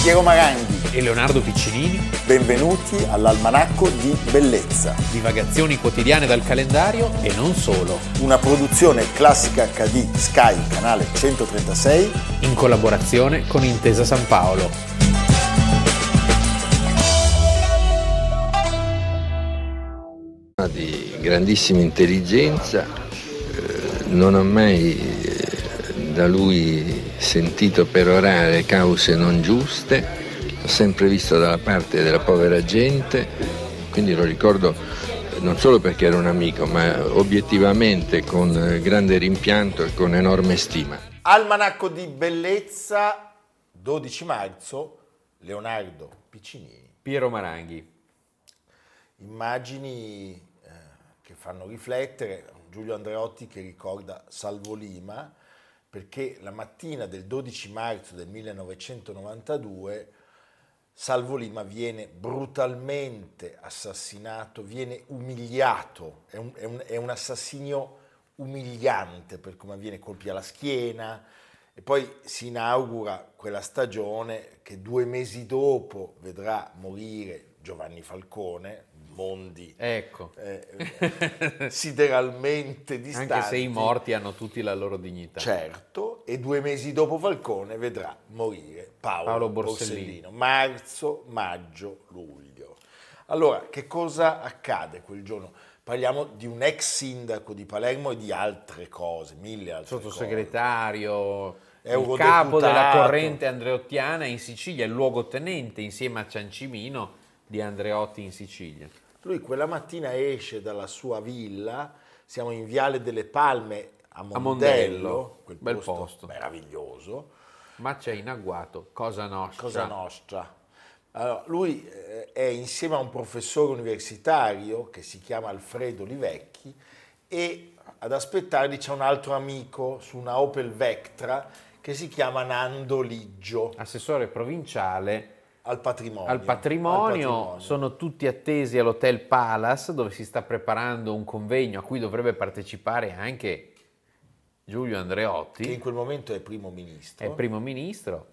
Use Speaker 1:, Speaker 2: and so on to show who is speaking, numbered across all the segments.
Speaker 1: Piero Maranghi
Speaker 2: e Leonardo Piccinini.
Speaker 1: Benvenuti all'Almanacco di Bellezza.
Speaker 2: Divagazioni quotidiane dal calendario e non solo.
Speaker 1: Una produzione Classica HD Sky, canale 136,
Speaker 2: in collaborazione con Intesa San Paolo.
Speaker 3: Di grandissima intelligenza, non ho mai da lui sentito perorare cause non giuste, l'ho sempre visto dalla parte della povera gente, quindi lo ricordo non solo perché era un amico, ma obiettivamente con grande rimpianto e con enorme stima.
Speaker 1: Almanacco di Bellezza, 12 marzo, Leonardo Piccinini.
Speaker 2: Piero Maranghi.
Speaker 1: Immagini che fanno riflettere. Giulio Andreotti che ricorda Salvo Lima, perché la mattina del 12 marzo del 1992 Salvo Lima viene brutalmente assassinato, viene umiliato, è un assassinio umiliante per come avviene, colpi alla schiena, e poi si inaugura quella stagione che 2 mesi dopo vedrà morire Giovanni Falcone, mondi
Speaker 2: ecco.
Speaker 1: Sideralmente distanti.
Speaker 2: Anche se i morti hanno tutti la loro dignità.
Speaker 1: Certo, e 2 mesi dopo Falcone vedrà morire Paolo Borsellino. Marzo, maggio, luglio. Allora, che cosa accade quel giorno? Parliamo di un ex sindaco di Palermo e di altre cose, 1000 altre
Speaker 2: Sottosegretario,
Speaker 1: cose.
Speaker 2: Il capo della corrente andreottiana in Sicilia, il luogotenente insieme a Ciancimino di Andreotti in Sicilia.
Speaker 1: Lui quella mattina esce dalla sua villa, siamo in Viale delle Palme a Mondello, quel
Speaker 2: bel posto
Speaker 1: meraviglioso.
Speaker 2: Ma c'è in agguato Cosa Nostra.
Speaker 1: Cosa Nostra. Allora, lui è insieme a un professore universitario che si chiama Alfredo Livecchi e ad aspettarli c'è un altro amico su una Opel Vectra che si chiama Nando Liggio.
Speaker 2: Assessore provinciale
Speaker 1: al patrimonio.
Speaker 2: Al patrimonio. Sono tutti attesi all'Hotel Palace dove si sta preparando un convegno a cui dovrebbe partecipare anche Giulio Andreotti,
Speaker 1: che in quel momento è primo ministro.
Speaker 2: È primo ministro.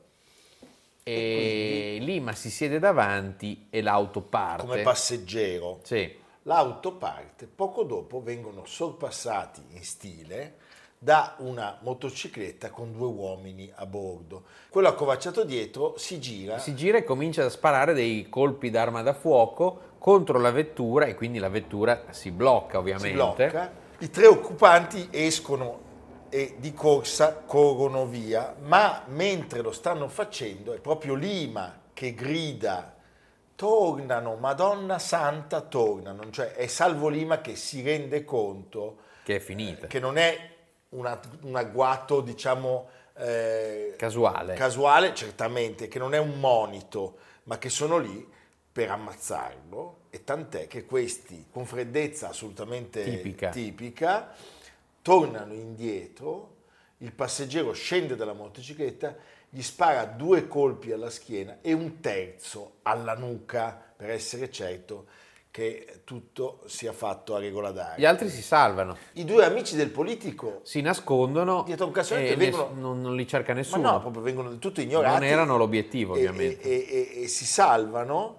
Speaker 2: E Lima si siede davanti e l'auto parte.
Speaker 1: Come passeggero.
Speaker 2: Sì.
Speaker 1: L'auto parte, poco dopo vengono sorpassati in stile da una motocicletta con 2 uomini a bordo. Quello accovacciato dietro si gira
Speaker 2: e comincia a sparare dei colpi d'arma da fuoco contro la vettura e quindi la vettura si blocca ovviamente.
Speaker 1: Si blocca, i 3 occupanti escono e di corsa corrono via, ma mentre lo stanno facendo è proprio Lima che grida tornano, Madonna Santa tornano, cioè è Salvo Lima che si rende conto
Speaker 2: che è finita,
Speaker 1: che non è un agguato, diciamo,
Speaker 2: casuale,
Speaker 1: certamente, che non è un monito, ma che sono lì per ammazzarlo, e tant'è che questi, con freddezza assolutamente tipica, tornano indietro, il passeggero scende dalla motocicletta, gli spara 2 colpi alla schiena e un terzo alla nuca, per essere certo che tutto sia fatto a regola d'aria.
Speaker 2: Gli altri si salvano.
Speaker 1: I 2 amici del politico
Speaker 2: si nascondono
Speaker 1: dietro un cassonetto e
Speaker 2: non li cerca nessuno.
Speaker 1: Ma no, proprio vengono del tutto ignorati.
Speaker 2: Non erano l'obiettivo, ovviamente.
Speaker 1: E si salvano.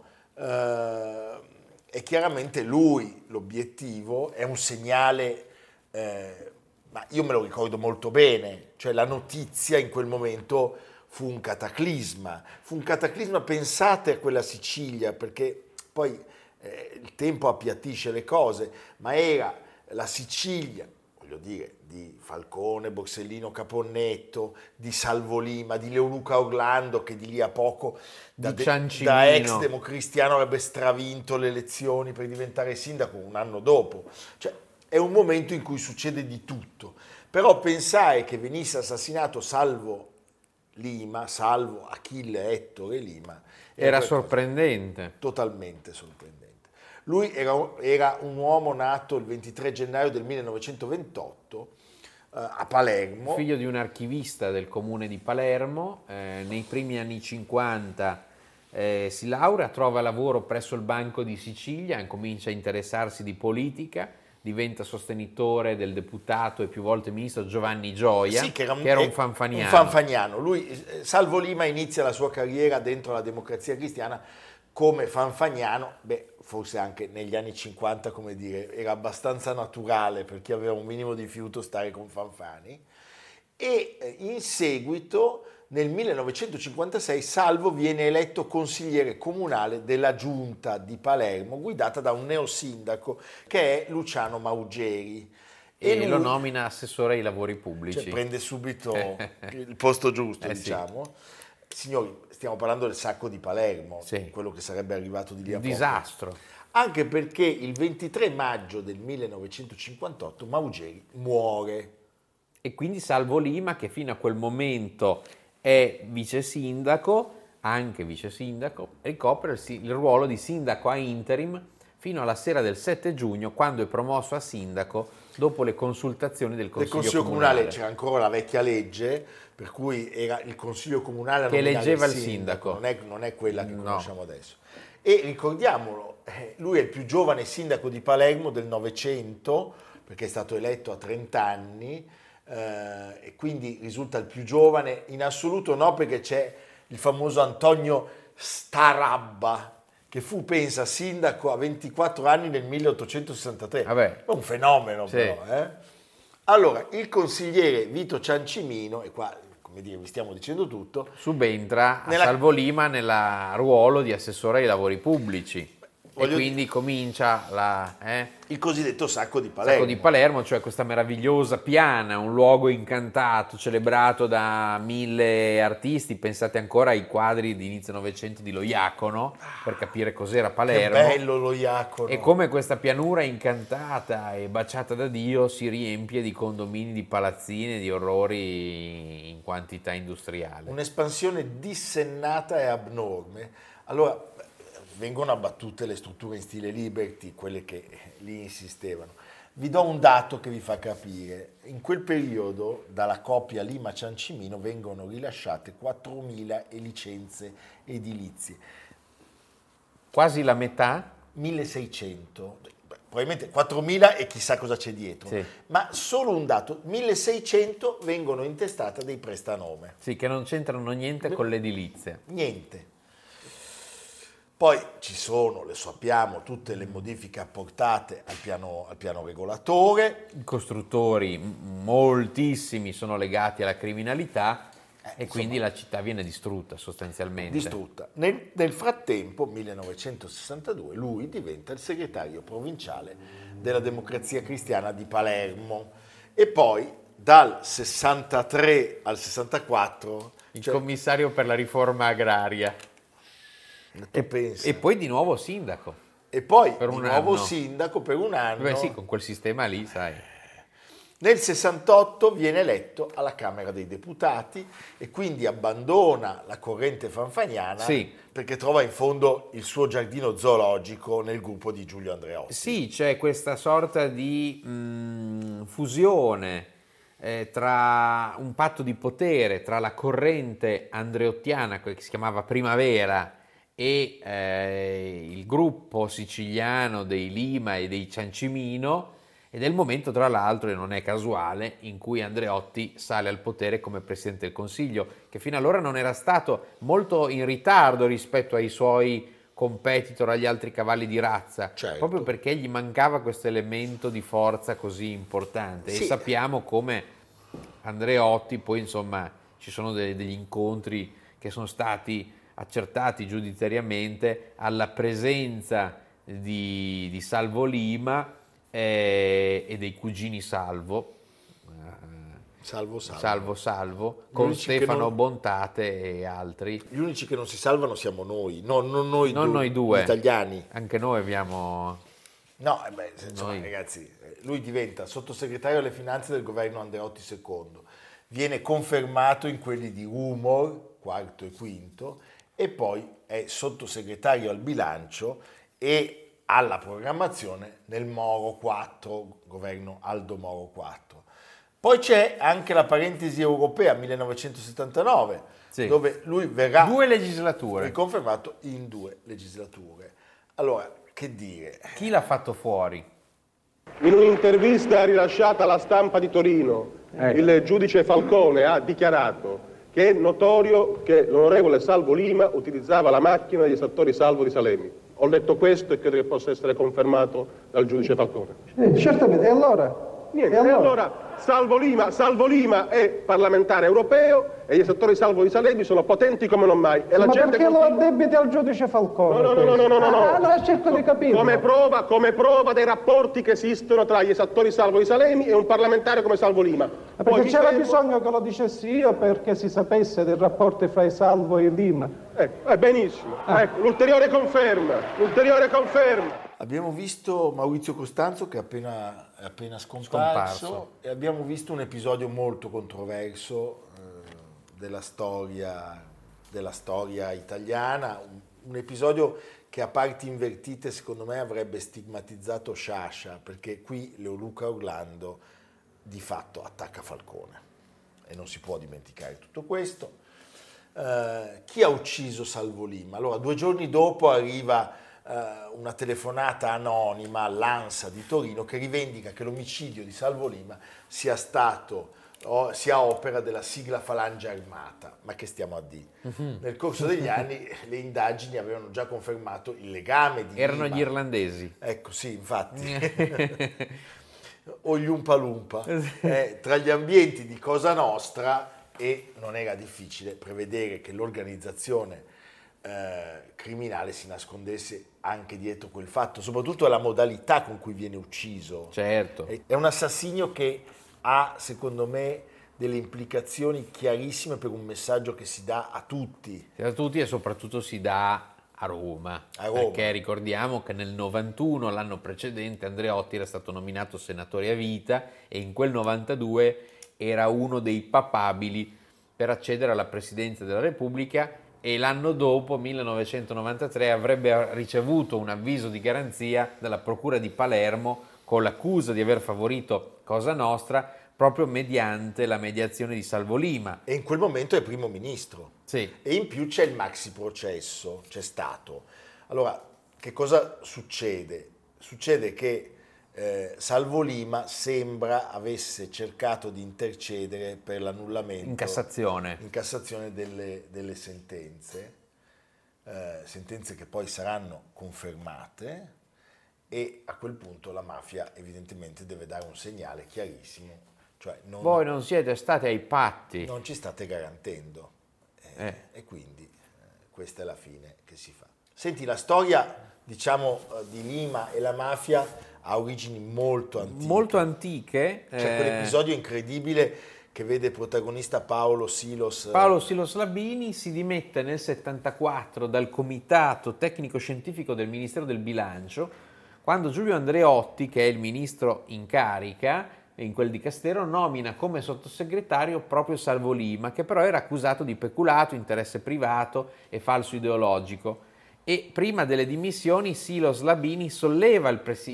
Speaker 1: E chiaramente lui, l'obiettivo, è un segnale, ma io me lo ricordo molto bene, cioè la notizia in quel momento fu un cataclisma. Pensate a quella Sicilia, perché poi il tempo appiattisce le cose, ma era la Sicilia, voglio dire, di Falcone, Borsellino, Caponnetto, di Salvo Lima, di Leoluca Orlando, che di lì a poco da ex democristiano avrebbe stravinto le elezioni per diventare sindaco un anno dopo. Cioè, è un momento in cui succede di tutto. Però pensare che venisse assassinato Salvo Achille Ettore Lima
Speaker 2: era sorprendente.
Speaker 1: Totalmente sorprendente. Lui era un uomo nato il 23 gennaio del 1928 a Palermo.
Speaker 2: Figlio di un archivista del comune di Palermo, nei primi anni 50 si laurea, trova lavoro presso il Banco di Sicilia, comincia a interessarsi di politica, diventa sostenitore del deputato e più volte ministro Giovanni Gioia,
Speaker 1: Sì,
Speaker 2: che era un fanfaniano.
Speaker 1: Un fanfaniano. Lui, Salvo Lima, inizia la sua carriera dentro la Democrazia Cristiana come fanfaniano, forse anche negli anni 50, come dire, era abbastanza naturale per chi aveva un minimo di fiuto stare con Fanfani, e in seguito nel 1956 Salvo viene eletto consigliere comunale della giunta di Palermo, guidata da un neosindaco che è Luciano Maugeri.
Speaker 2: E
Speaker 1: lui
Speaker 2: lo nomina assessore ai lavori pubblici.
Speaker 1: Cioè prende subito il posto giusto, diciamo.
Speaker 2: Sì.
Speaker 1: Signori, stiamo parlando del sacco di Palermo,
Speaker 2: Sì.
Speaker 1: quello che sarebbe arrivato di lì a
Speaker 2: Un
Speaker 1: poco.
Speaker 2: disastro.
Speaker 1: Anche perché il 23 maggio del 1958 Maugeri muore.
Speaker 2: E quindi Salvo Lima, che fino a quel momento è vice sindaco, ricopre il ruolo di sindaco a interim fino alla sera del 7 giugno, quando è promosso a sindaco dopo le consultazioni del Consiglio Comunale.
Speaker 1: C'era ancora la vecchia legge, per cui era il Consiglio Comunale a
Speaker 2: che
Speaker 1: nominare
Speaker 2: eleggeva
Speaker 1: il
Speaker 2: il sindaco.
Speaker 1: Non è quella che conosciamo adesso. E ricordiamolo, lui è il più giovane sindaco di Palermo del Novecento, perché è stato eletto a 30 anni, e quindi risulta il più giovane in assoluto, no, perché c'è il famoso Antonio Starabba, che fu, pensa, sindaco a 24 anni nel 1863.
Speaker 2: Vabbè.
Speaker 1: Un fenomeno,
Speaker 2: Sì.
Speaker 1: però. Allora, il consigliere Vito Ciancimino, e qua, come dire, vi stiamo dicendo tutto,
Speaker 2: Subentra a Salvo Lima nel ruolo di assessore ai lavori pubblici. E quindi comincia
Speaker 1: il cosiddetto sacco di Palermo.
Speaker 2: Sacco di Palermo, cioè questa meravigliosa piana, un luogo incantato, celebrato da 1000 artisti. Pensate ancora ai quadri di inizio Novecento di Lo Iacono, per capire cos'era Palermo.
Speaker 1: Che bello Lo Iacono.
Speaker 2: E come questa pianura incantata e baciata da Dio si riempie di condomini, di palazzine, di orrori in quantità industriale.
Speaker 1: Un'espansione dissennata e abnorme. Allora, vengono abbattute le strutture in stile Liberty, quelle che lì insistevano. Vi do un dato che vi fa capire. In quel periodo, dalla coppia Lima-Ciancimino, vengono rilasciate 4.000 licenze edilizie.
Speaker 2: Quasi la metà?
Speaker 1: 1.600. Probabilmente 4.000 e chissà cosa c'è dietro.
Speaker 2: Sì.
Speaker 1: Ma solo un dato, 1.600 vengono intestate a dei prestanome.
Speaker 2: Sì, che non c'entrano niente con l'edilizia.
Speaker 1: Niente. Poi ci sono, le sappiamo, tutte le modifiche apportate al piano regolatore.
Speaker 2: I costruttori, moltissimi, sono legati alla criminalità e quindi la città viene distrutta sostanzialmente.
Speaker 1: Distrutta. Nel frattempo, 1962, lui diventa il segretario provinciale della Democrazia Cristiana di Palermo e poi dal 63 al 64...
Speaker 2: Il commissario per la riforma agraria.
Speaker 1: E
Speaker 2: poi di nuovo sindaco.
Speaker 1: E poi
Speaker 2: per
Speaker 1: di
Speaker 2: un
Speaker 1: nuovo
Speaker 2: anno.
Speaker 1: Sindaco per un anno.
Speaker 2: Beh sì, con quel sistema lì, sai.
Speaker 1: Nel 68 viene eletto alla Camera dei Deputati e quindi abbandona la corrente fanfaniana,
Speaker 2: sì,
Speaker 1: perché trova in fondo il suo giardino zoologico nel gruppo di Giulio Andreotti.
Speaker 2: Sì, c'è questa sorta di fusione tra un patto di potere tra la corrente andreottiana, che si chiamava Primavera, e il gruppo siciliano dei Lima e dei Ciancimino, ed è il momento, tra l'altro, e non è casuale, in cui Andreotti sale al potere come Presidente del Consiglio, che fino allora non era stato, molto in ritardo rispetto ai suoi competitor, agli altri cavalli di razza,
Speaker 1: certo,
Speaker 2: proprio perché gli mancava questo elemento di forza così importante.
Speaker 1: Sì.
Speaker 2: E sappiamo come Andreotti, poi insomma ci sono degli incontri che sono stati accertati giudiziariamente alla presenza di Salvo Lima e dei cugini Salvo con Stefano Bontate e altri.
Speaker 1: Gli unici che non si salvano siamo noi, non noi
Speaker 2: due
Speaker 1: italiani.
Speaker 2: Anche noi abbiamo...
Speaker 1: No, insomma, ragazzi, lui diventa sottosegretario alle finanze del governo Andreotti II, viene confermato in quelli di Rumor, quarto e quinto, e poi è sottosegretario al bilancio e alla programmazione nel Moro 4, governo Aldo Moro 4. Poi c'è anche la parentesi europea 1979,
Speaker 2: sì,
Speaker 1: dove lui verrà
Speaker 2: 2 legislature
Speaker 1: riconfermato in 2 legislature. Allora, che dire?
Speaker 2: Chi l'ha fatto fuori?
Speaker 4: In un'intervista rilasciata alla Stampa di Torino, il giudice Falcone ha dichiarato che è notorio che l'onorevole Salvo Lima utilizzava la macchina degli esattori salvo di Salemi. Ho letto questo e credo che possa essere confermato dal giudice Falcone.
Speaker 5: Certamente, e allora?
Speaker 4: Niente, e allora Salvo Lima è parlamentare europeo e gli esattori salvo di Salemi sono potenti come non mai. E la
Speaker 5: Ma
Speaker 4: gente
Speaker 5: perché lo addebiti al giudice Falcone?
Speaker 4: No.
Speaker 5: Allora cerco di capirlo.
Speaker 4: Come prova dei rapporti che esistono tra gli esattori salvo di Salemi e un parlamentare come Salvo Lima.
Speaker 5: Ma perché c'era bisogno che lo dicessi io perché si sapesse dei rapporti fra i Salvo e Lima.
Speaker 4: Benissimo. Ecco, l'ulteriore conferma.
Speaker 1: Abbiamo visto Maurizio Costanzo che è appena scomparso e abbiamo visto un episodio molto controverso della storia italiana, un episodio che a parti invertite secondo me avrebbe stigmatizzato Sciascia, perché qui Leoluca Orlando di fatto attacca Falcone e non si può dimenticare tutto questo. Chi ha ucciso Salvo Lima? Allora, 2 giorni dopo arriva una telefonata anonima all'ANSA di Torino che rivendica che l'omicidio di Salvo Lima sia opera della sigla Falange Armata. Ma che stiamo a dire? Nel corso degli anni le indagini avevano già confermato il legame di
Speaker 2: Erano
Speaker 1: Lima.
Speaker 2: gli irlandesi.
Speaker 1: Ecco, sì, infatti. O gli Umpalumpa. Tra gli ambienti di Cosa Nostra, e non era difficile prevedere che l'organizzazione criminale si nascondesse anche dietro quel fatto, soprattutto la modalità con cui viene ucciso.
Speaker 2: Certo.
Speaker 1: È un assassinio che ha, secondo me, delle implicazioni chiarissime per un messaggio che si dà a tutti.
Speaker 2: A tutti e soprattutto si dà a Roma. Perché ricordiamo che nel 91, l'anno precedente, Andreotti era stato nominato senatore a vita e in quel 92 era uno dei papabili per accedere alla presidenza della Repubblica e l'anno dopo, 1993, avrebbe ricevuto un avviso di garanzia dalla Procura di Palermo con l'accusa di aver favorito Cosa Nostra proprio mediante la mediazione di Salvo Lima.
Speaker 1: E in quel momento è primo ministro.
Speaker 2: Sì.
Speaker 1: E in più c'è il maxi processo, c'è stato. Allora, che cosa succede? Succede che Salvo Lima sembra avesse cercato di intercedere per l'annullamento
Speaker 2: in Cassazione
Speaker 1: delle sentenze, sentenze che poi saranno confermate, e a quel punto la mafia evidentemente deve dare un segnale chiarissimo, cioè
Speaker 2: voi non siete stati ai patti,
Speaker 1: non ci state garantendo, e quindi questa è la fine che si fa. Senti, la storia, diciamo, di Lima e la mafia ha origini molto antiche.
Speaker 2: Molto antiche.
Speaker 1: C'è quell'episodio incredibile che vede protagonista Paolo Silos
Speaker 2: Labini, si dimette nel 74 dal comitato tecnico-scientifico del Ministero del Bilancio, quando Giulio Andreotti, che è il ministro in carica in quel dicastero, nomina come sottosegretario proprio Salvo Lima, che però era accusato di peculato, interesse privato e falso ideologico. E prima delle dimissioni Silos Labini solleva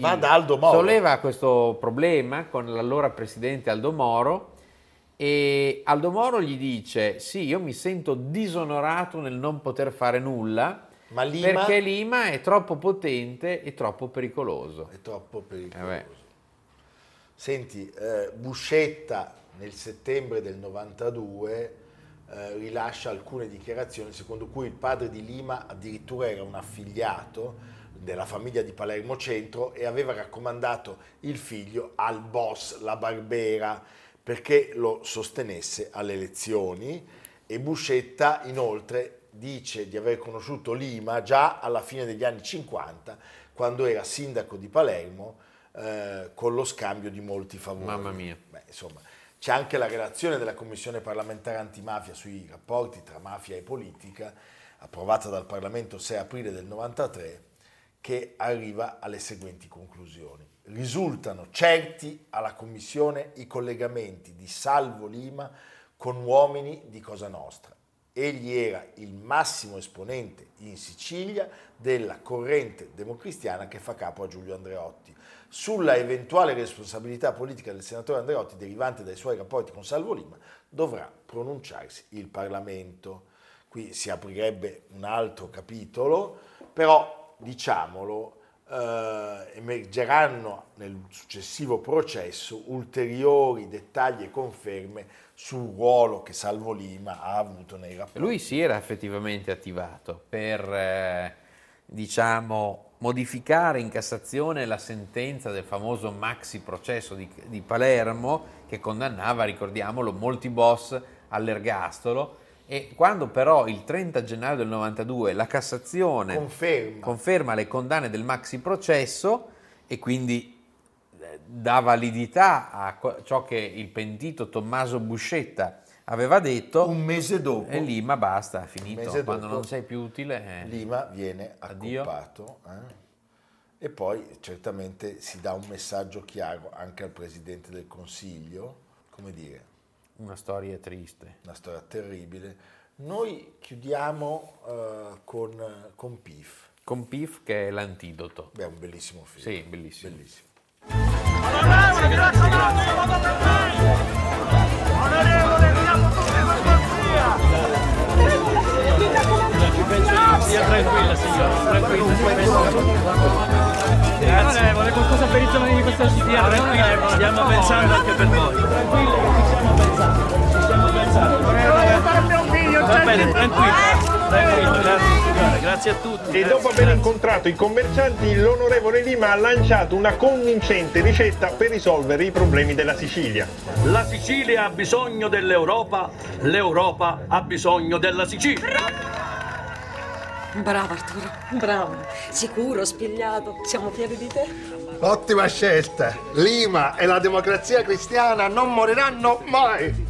Speaker 2: solleva questo problema con l'allora presidente Aldo Moro, e Aldo Moro gli dice: sì, io mi sento disonorato nel non poter fare nulla, perché Lima è troppo potente e troppo pericoloso.
Speaker 1: Senti, Buscetta nel settembre del 92 rilascia alcune dichiarazioni secondo cui il padre di Lima addirittura era un affiliato della famiglia di Palermo Centro e aveva raccomandato il figlio al boss La Barbera perché lo sostenesse alle elezioni, e Buscetta inoltre dice di aver conosciuto Lima già alla fine degli anni 50 quando era sindaco di Palermo, con lo scambio di molti favori.
Speaker 2: Mamma mia.
Speaker 1: Insomma, c'è anche la relazione della Commissione parlamentare antimafia sui rapporti tra mafia e politica, approvata dal Parlamento il 6 aprile del 93, che arriva alle seguenti conclusioni. Risultano certi alla Commissione i collegamenti di Salvo Lima con uomini di Cosa Nostra. Egli era il massimo esponente in Sicilia della corrente democristiana che fa capo a Giulio Andreotti. Sulla eventuale responsabilità politica del senatore Andreotti derivante dai suoi rapporti con Salvo Lima dovrà pronunciarsi il Parlamento. Qui si aprirebbe un altro capitolo, però diciamolo, emergeranno nel successivo processo ulteriori dettagli e conferme sul ruolo che Salvo Lima ha avuto nei rapporti.
Speaker 2: Lui si era effettivamente attivato per, modificare in Cassazione la sentenza del famoso maxi processo di Palermo che condannava, ricordiamolo, molti boss all'ergastolo. E quando però il 30 gennaio del 92 la Cassazione conferma le condanne del maxi processo e quindi dà validità a ciò che il pentito Tommaso Buscetta aveva detto,
Speaker 1: un mese dopo,
Speaker 2: e Lima basta, è finito, quando non sei più utile
Speaker 1: Lima viene accorpato, e poi certamente si dà un messaggio chiaro anche al Presidente del Consiglio, come dire,
Speaker 2: una storia triste,
Speaker 1: una storia terribile. Noi chiudiamo con PIF.
Speaker 2: Con PIF, che è l'antidoto.
Speaker 1: Beh, è un bellissimo film.
Speaker 2: Sì, bellissimo.
Speaker 6: Stia tranquilla, signora, tranquilla. Vuole qualcosa per i giovani di questa città? Tranquilla, stiamo pensando anche per voi. Tranquilla, ci stiamo pensando. Va bene, tranquilla, grazie a tutti.
Speaker 7: E dopo aver incontrato i commercianti, l'onorevole Lima ha lanciato una convincente ricetta per risolvere i problemi della Sicilia.
Speaker 8: La Sicilia ha bisogno dell'Europa, l'Europa ha bisogno della Sicilia.
Speaker 9: Bravo Arturo, bravo. Sicuro, spigliato, siamo fieri di te.
Speaker 10: Ottima scelta. Lima e la Democrazia Cristiana non moriranno mai.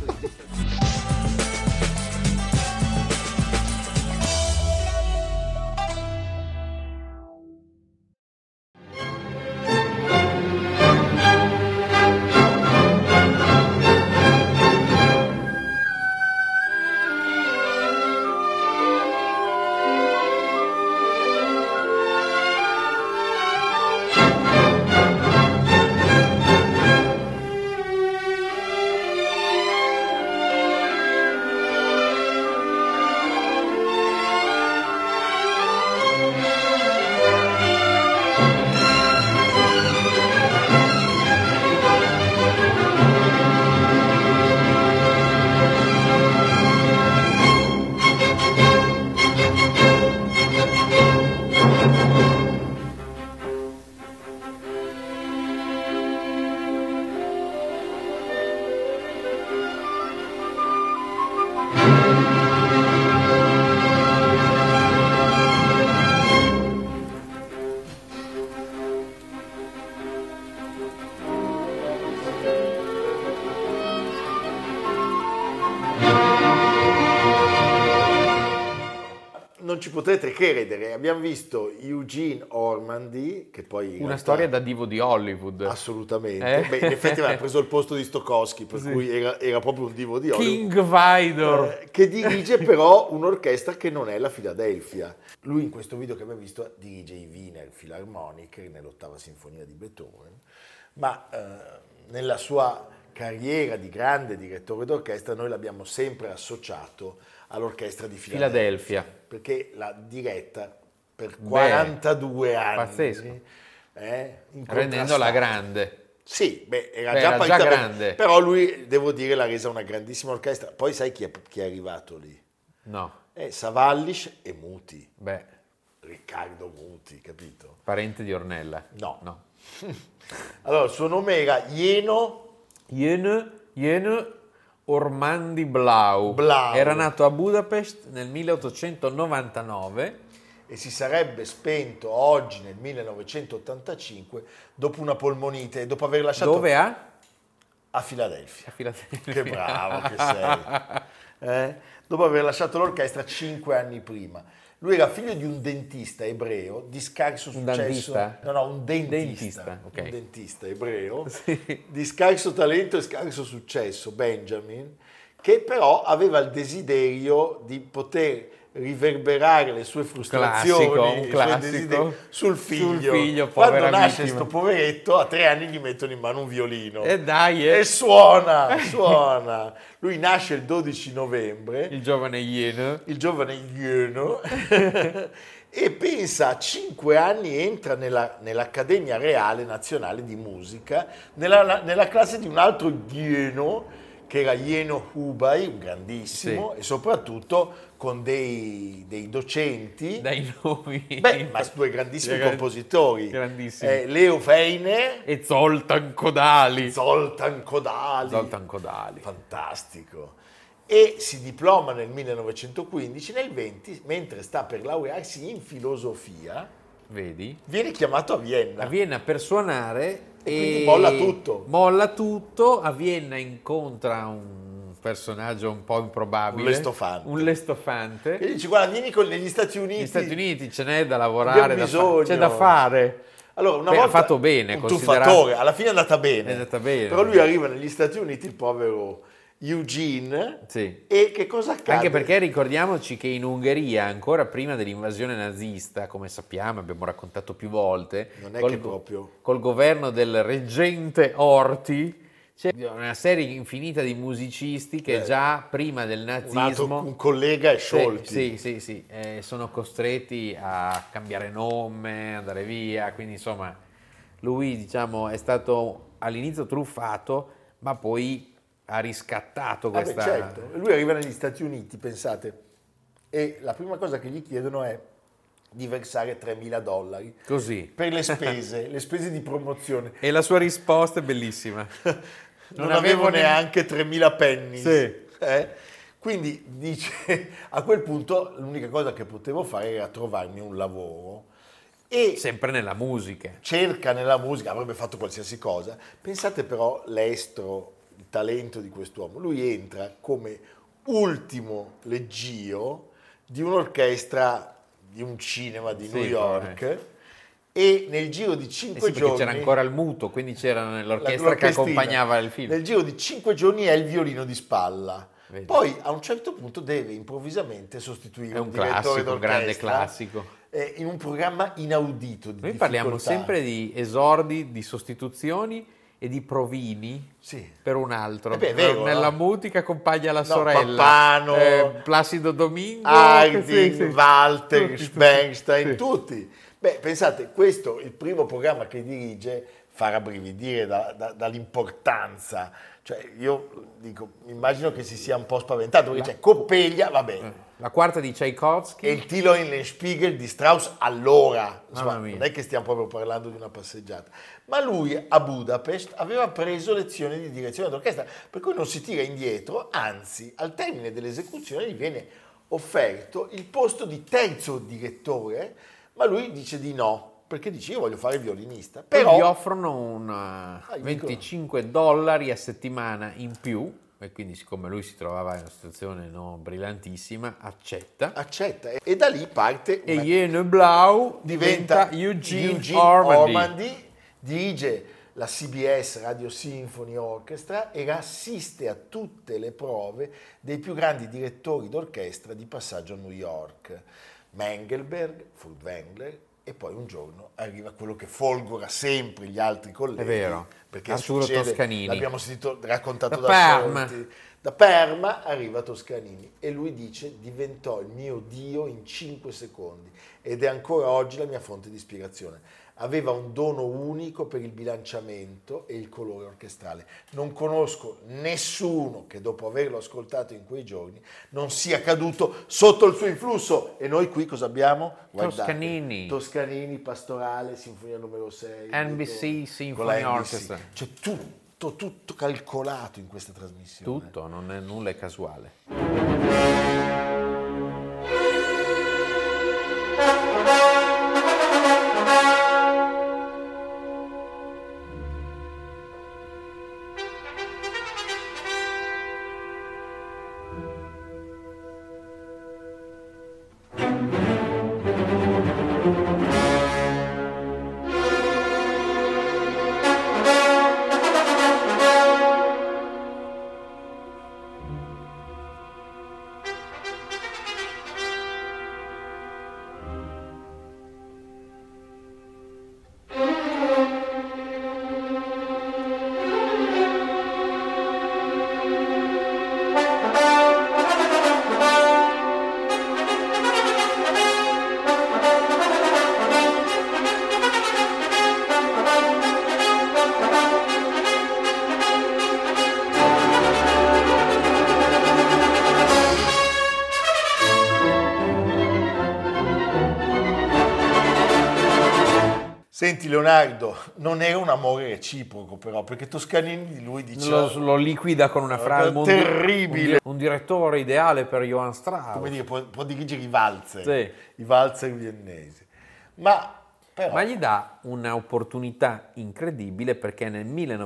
Speaker 1: Non ci potete credere, abbiamo visto Eugene Ormandy, che poi...
Speaker 2: Una storia da divo di Hollywood.
Speaker 1: Assolutamente. Beh, in effetti aveva preso il posto di Stokowski, per cui era proprio un divo di Hollywood.
Speaker 2: King Vidor.
Speaker 1: Che dirige però un'orchestra che non è la Philadelphia. Lui in questo video che abbiamo visto dirige i Wiener Philharmonic nell'8ª sinfonia di Beethoven, ma nella sua carriera di grande direttore d'orchestra noi l'abbiamo sempre associato all'orchestra di Philadelphia, perché l'ha diretta per 42 anni.
Speaker 2: Pazzesco. Rendendola grande.
Speaker 1: Sì, era già grande. Però lui, devo dire, l'ha resa una grandissima orchestra. Poi sai chi è arrivato lì?
Speaker 2: No.
Speaker 1: Savallisch e Muti.
Speaker 2: Beh.
Speaker 1: Riccardo Muti, capito?
Speaker 2: Parente di Ornella.
Speaker 1: No. Allora, il suo nome era
Speaker 2: Jene Ormandy Blau. Era nato a Budapest nel 1899
Speaker 1: e si sarebbe spento oggi nel 1985 dopo una polmonite, dopo aver lasciato...
Speaker 2: Dove ha?
Speaker 1: A Filadelfia.
Speaker 2: A Filadelfia.
Speaker 1: Che bravo che sei. Dopo aver lasciato l'orchestra 5 anni prima. Lui era figlio di un dentista ebreo di scarso successo.
Speaker 2: Un dentista?
Speaker 1: No, un dentista. Okay. Un dentista ebreo di scarso talento e scarso successo, Benjamin, che però aveva il desiderio di poter riverberare le sue frustrazioni sul figlio. Quando nasce sto poveretto, a 3 anni gli mettono in mano un violino e suona. Lui nasce il 12 novembre,
Speaker 2: il giovane Ieno
Speaker 1: e pensa a 5 anni entra nell'Accademia Reale Nazionale di Musica, nella classe di un altro Jeno, che era Jeno Hubay, un grandissimo, e soprattutto con dei docenti.
Speaker 2: Dai nomi.
Speaker 1: Ma due grandissimi compositori.
Speaker 2: Grandissimi.
Speaker 1: Leo Feiner
Speaker 2: e Zoltan Kodály.
Speaker 1: Zoltan Kodály. Fantastico. E si diploma nel 1915, nel 20, mentre sta per laurearsi in filosofia,
Speaker 2: vedi?
Speaker 1: Viene chiamato a Vienna.
Speaker 2: A Vienna per suonare
Speaker 1: e quindi molla tutto.
Speaker 2: Molla tutto, a Vienna incontra un personaggio un po' improbabile. Un lestofante.
Speaker 1: E dice, guarda, vieni negli Stati Uniti.
Speaker 2: Negli Stati Uniti ce n'è da lavorare, c'è da fare.
Speaker 1: Allora, una volta
Speaker 2: ha fatto bene,
Speaker 1: un truffatore, alla fine è andata bene. Però lui arriva negli Stati Uniti, il povero Eugene, e che cosa accade?
Speaker 2: Anche perché ricordiamoci che in Ungheria, ancora prima dell'invasione nazista, come sappiamo, abbiamo raccontato più volte,
Speaker 1: non è che proprio
Speaker 2: col governo del reggente Horthy, c'è una serie infinita di musicisti che già prima del nazismo...
Speaker 1: Un collega è sciolti.
Speaker 2: Sì, sono costretti a cambiare nome, andare via, quindi insomma lui, diciamo, è stato all'inizio truffato, ma poi ha riscattato questa...
Speaker 1: certo. Lui arriva negli Stati Uniti, pensate, e la prima cosa che gli chiedono è di versare $3.000
Speaker 2: così
Speaker 1: per le spese di promozione.
Speaker 2: E la sua risposta è bellissima.
Speaker 1: non avevo neanche 3.000 penny. Quindi dice, a quel punto l'unica cosa che potevo fare era trovarmi un lavoro. E
Speaker 2: sempre nella musica.
Speaker 1: Cerca nella musica, avrebbe fatto qualsiasi cosa. Pensate però l'estro, il talento di quest'uomo. Lui entra come ultimo leggio di un'orchestra di un cinema di New York e nel giro di 5 giorni...
Speaker 2: c'era ancora il muto, quindi c'era l'orchestra che accompagnava il film.
Speaker 1: Nel giro di 5 giorni è il violino di spalla. Vedi. Poi a un certo punto deve improvvisamente sostituire un direttore d'orchestra.
Speaker 2: Un grande classico.
Speaker 1: In un programma inaudito di
Speaker 2: Noi parliamo sempre di esordi, di sostituzioni e di provini per un altro.
Speaker 1: Vero,
Speaker 2: nella musica accompagna la sorella.
Speaker 1: Pappano,
Speaker 2: Placido Domingo,
Speaker 1: Haydn, Walter, Bernstein, tutti. Pensate, questo il primo programma che dirige fa rabbrividire dall'importanza. Cioè, io dico, immagino che si sia un po' spaventato, perché c'è Coppeglia, vabbè.
Speaker 2: La quarta di Tchaikovsky.
Speaker 1: E il Tilo Eulenspiegel di Strauss allora. Insomma, non è che stiamo proprio parlando di una passeggiata. Ma lui a Budapest aveva preso lezioni di direzione d'orchestra, per cui non si tira indietro, anzi, al termine dell'esecuzione gli viene offerto il posto di terzo direttore, ma lui dice di no. Perché dice io voglio fare il violinista. Però
Speaker 2: gli offrono $25 a settimana in più, e quindi siccome lui si trovava in una situazione non brillantissima, accetta.
Speaker 1: E da lì parte...
Speaker 2: E Jeno Blau diventa Eugene Ormandy.
Speaker 1: Dirige la CBS Radio Symphony Orchestra e assiste a tutte le prove dei più grandi direttori d'orchestra di passaggio a New York. Mengelberg, Furtwängler, e poi un giorno arriva quello che folgora sempre gli altri colleghi.
Speaker 2: È vero,
Speaker 1: perché
Speaker 2: Arturo Toscanini.
Speaker 1: L'abbiamo raccontato da Solti. Da Parma arriva Toscanini e lui dice diventò il mio Dio in 5 secondi ed è ancora oggi la mia fonte di ispirazione. Aveva un dono unico per il bilanciamento e il colore orchestrale. Non conosco nessuno che dopo averlo ascoltato in quei giorni non sia caduto sotto il suo influsso. E noi qui cosa abbiamo? Guardate, Toscanini, Pastorale, Sinfonia numero 6.
Speaker 2: NBC Symphony Orchestra.
Speaker 1: C'è tutto calcolato in questa trasmissione.
Speaker 2: Tutto, nulla è casuale.
Speaker 1: Senti Leonardo, non è un amore reciproco però, perché Toscanini di lui dice...
Speaker 2: Lo liquida con una frase
Speaker 1: terribile.
Speaker 2: Un direttore ideale per Johann Strauss.
Speaker 1: Come dire, può dirigere i valzer,
Speaker 2: Sì.
Speaker 1: i valzer viennesi. Ma
Speaker 2: gli dà un'opportunità incredibile perché nel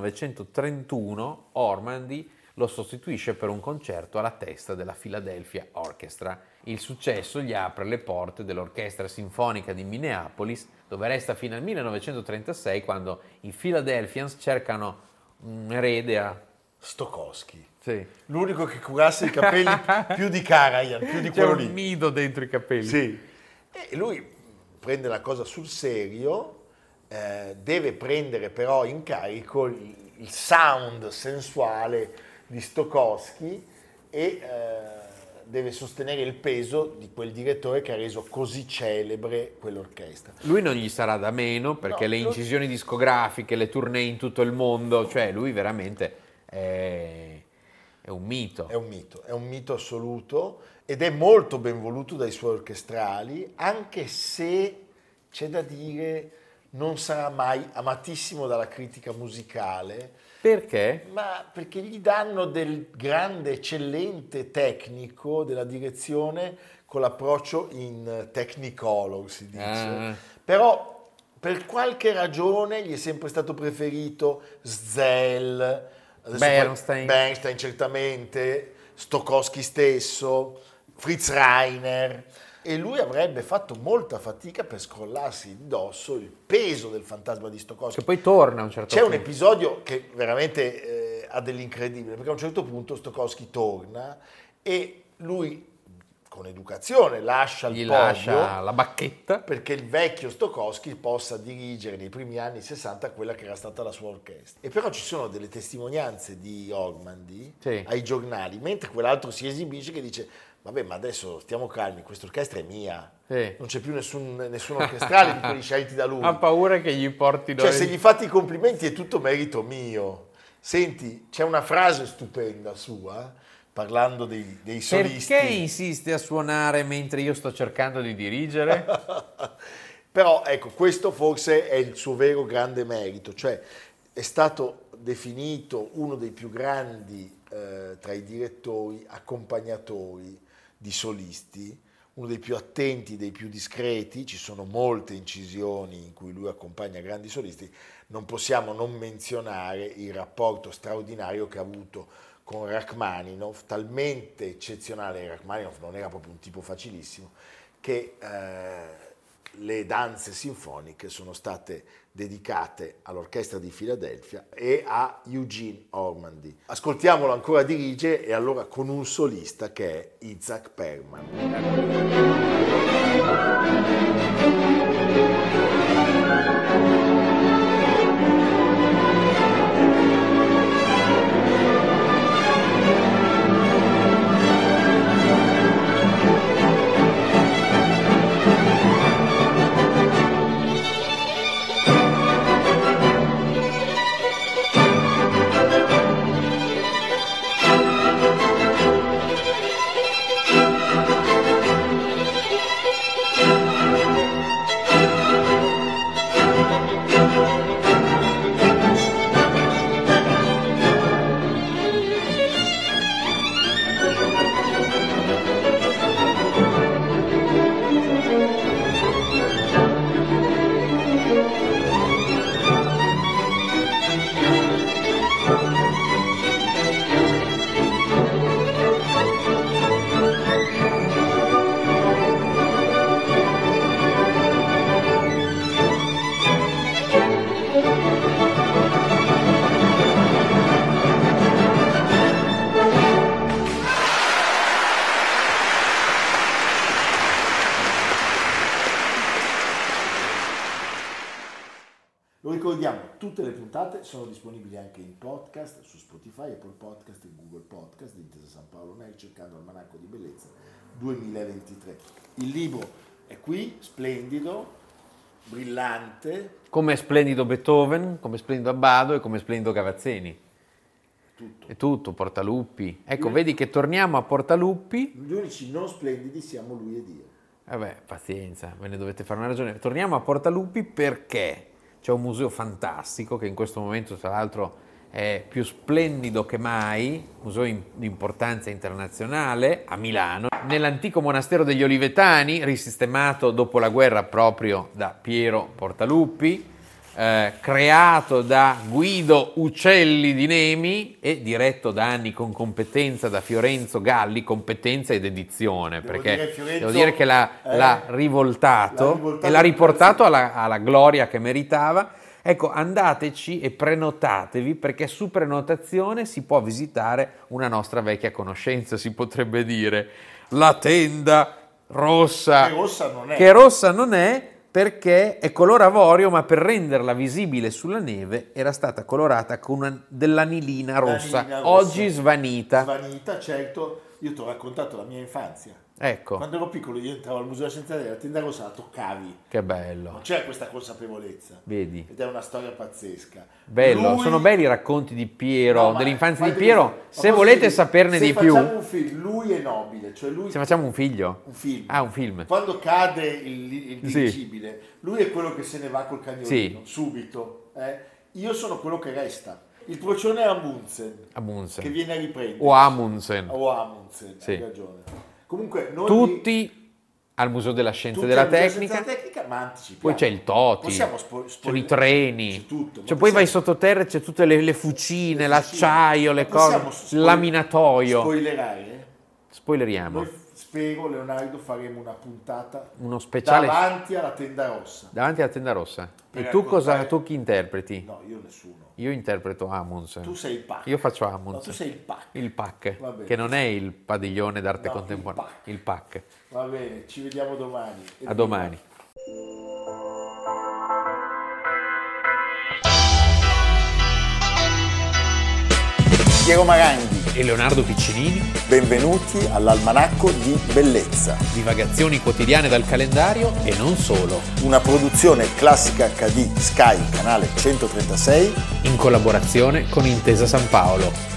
Speaker 2: 1931 Ormandy lo sostituisce per un concerto alla testa della Philadelphia Orchestra. Il successo gli apre le porte dell'Orchestra Sinfonica di Minneapolis, dove resta fino al 1936, quando i Philadelphians cercano un erede a
Speaker 1: Stokowski.
Speaker 2: Sì.
Speaker 1: L'unico che curasse i capelli più di Karajan, più di quello
Speaker 2: C'è
Speaker 1: lì.
Speaker 2: un nido dentro i capelli.
Speaker 1: Sì. E lui prende la cosa sul serio, deve prendere però in carico il sound sensuale di Stokowski e deve sostenere il peso di quel direttore che ha reso così celebre quell'orchestra.
Speaker 2: Lui non gli sarà da meno perché le incisioni discografiche, le tournée in tutto il mondo, cioè lui veramente è un mito.
Speaker 1: È un mito assoluto ed è molto ben voluto dai suoi orchestrali, anche se c'è da dire non sarà mai amatissimo dalla critica musicale.
Speaker 2: Perché?
Speaker 1: Ma perché gli danno del grande, eccellente tecnico della direzione con l'approccio in Technicolor, si dice. Però per qualche ragione gli è sempre stato preferito Szell, Bernstein certamente, Stokowski stesso, Fritz Reiner. E lui avrebbe fatto molta fatica per scrollarsi addosso il peso del fantasma di Stokowski.
Speaker 2: Che poi torna a un certo punto.
Speaker 1: C'è un episodio che veramente ha dell'incredibile, perché a un certo punto Stokowski torna e lui con educazione lascia il podio,
Speaker 2: lascia la bacchetta
Speaker 1: perché il vecchio Stokowski possa dirigere nei primi anni 60 quella che era stata la sua orchestra. E però ci sono delle testimonianze di Ormandy ai giornali, mentre quell'altro si esibisce che dice: vabbè, ma adesso stiamo calmi, questa orchestra è mia, non c'è più nessun orchestrale di quelli scelti da lui.
Speaker 2: Ha paura che gli portino...
Speaker 1: Cioè, se gli fate i complimenti è tutto merito mio. Senti, c'è una frase stupenda sua, parlando dei solisti.
Speaker 2: Perché insiste a suonare mentre io sto cercando di dirigere?
Speaker 1: Però, ecco, questo forse è il suo vero grande merito, cioè è stato definito uno dei più grandi tra i direttori, accompagnatori di solisti, uno dei più attenti, dei più discreti. Ci sono molte incisioni in cui lui accompagna grandi solisti. Non possiamo non menzionare il rapporto straordinario che ha avuto con Rachmaninov, talmente eccezionale. Rachmaninov non era proprio un tipo facilissimo, che le danze sinfoniche sono state dedicate all'orchestra di Filadelfia e a Eugene Ormandy. Ascoltiamolo ancora dirige, e allora con un solista che è Itzhak Perlman. Lo ricordiamo, tutte le puntate sono disponibili anche in podcast su Spotify, Apple Podcast e Google Podcast di Intesa San Paolo Neri, cercando Almanacco di Bellezza 2023. Il libro è qui, splendido, brillante.
Speaker 2: Come è splendido Beethoven, come è splendido Abbado e come è splendido Cavazzeni.
Speaker 1: Tutto.
Speaker 2: È tutto, Portaluppi. Ecco, vedi che torniamo a Portaluppi.
Speaker 1: Gli unici non splendidi siamo lui ed io.
Speaker 2: Vabbè, pazienza, ve ne dovete fare una ragione. Torniamo a Portaluppi perché c'è un museo fantastico che in questo momento tra l'altro è più splendido che mai, museo di importanza internazionale a Milano, nell'antico monastero degli Olivetani, risistemato dopo la guerra proprio da Piero Portaluppi, creato da Guido Uccelli di Nemi e diretto da anni con competenza da Fiorenzo Galli, competenza ed edizione, perché devo dire che l'ha rivoltato e l'ha riportato alla gloria che meritava. Ecco, andateci e prenotatevi, perché su prenotazione si può visitare una nostra vecchia conoscenza, si potrebbe dire, la tenda rossa, che rossa non è perché è color avorio, ma per renderla visibile sulla neve era stata colorata con dell'anilina rossa, oggi svanita.
Speaker 1: Svanita, certo. Io ti ho raccontato la mia infanzia.
Speaker 2: Ecco.
Speaker 1: Quando ero piccolo io entravo al Museo della Scienza della tenda rossa, la toccavi.
Speaker 2: Che bello.
Speaker 1: Non c'è questa consapevolezza.
Speaker 2: Vedi.
Speaker 1: Ed è una storia pazzesca.
Speaker 2: Bello, sono belli i racconti di Piero, dell'infanzia di Piero. Se volete saperne di più.
Speaker 1: Se facciamo un film, lui è nobile, cioè lui.
Speaker 2: Se facciamo un figlio?
Speaker 1: Un film.
Speaker 2: Ah, un film.
Speaker 1: Quando cade il dirigibile, lui è quello che se ne va col cagnolino, subito. Io sono quello che resta. Il procione è Amundsen, che viene a riprendere.
Speaker 2: O Amundsen,
Speaker 1: hai ragione. Comunque noi
Speaker 2: tutti al Museo della Scienza e della Tecnica,
Speaker 1: ma anticipiamo.
Speaker 2: Poi c'è il Toti, c'è i treni,
Speaker 1: c'è tutto,
Speaker 2: poi vai sottoterra, c'è tutte le fucine, l'acciaio, le cose, il laminatoio. Spoileriamo.
Speaker 1: Noi spero, Leonardo, faremo una puntata,
Speaker 2: uno speciale
Speaker 1: davanti alla tenda rossa.
Speaker 2: Davanti alla tenda rossa. E tu chi interpreti?
Speaker 1: No, io nessuno.
Speaker 2: Io interpreto Amundsen.
Speaker 1: Tu sei il PAC.
Speaker 2: Io faccio Amundsen.
Speaker 1: No, tu sei il PAC.
Speaker 2: Il PAC, che non è il padiglione d'arte contemporanea. Il PAC.
Speaker 1: Va bene, ci vediamo domani.
Speaker 2: A domani.
Speaker 1: Piero Maranghi
Speaker 2: e Leonardo Piccinini.
Speaker 1: Benvenuti all'Almanacco di Bellezza.
Speaker 2: Divagazioni quotidiane dal calendario e non solo.
Speaker 1: Una produzione Classica HD Sky, canale 136.
Speaker 2: In collaborazione con Intesa San Paolo.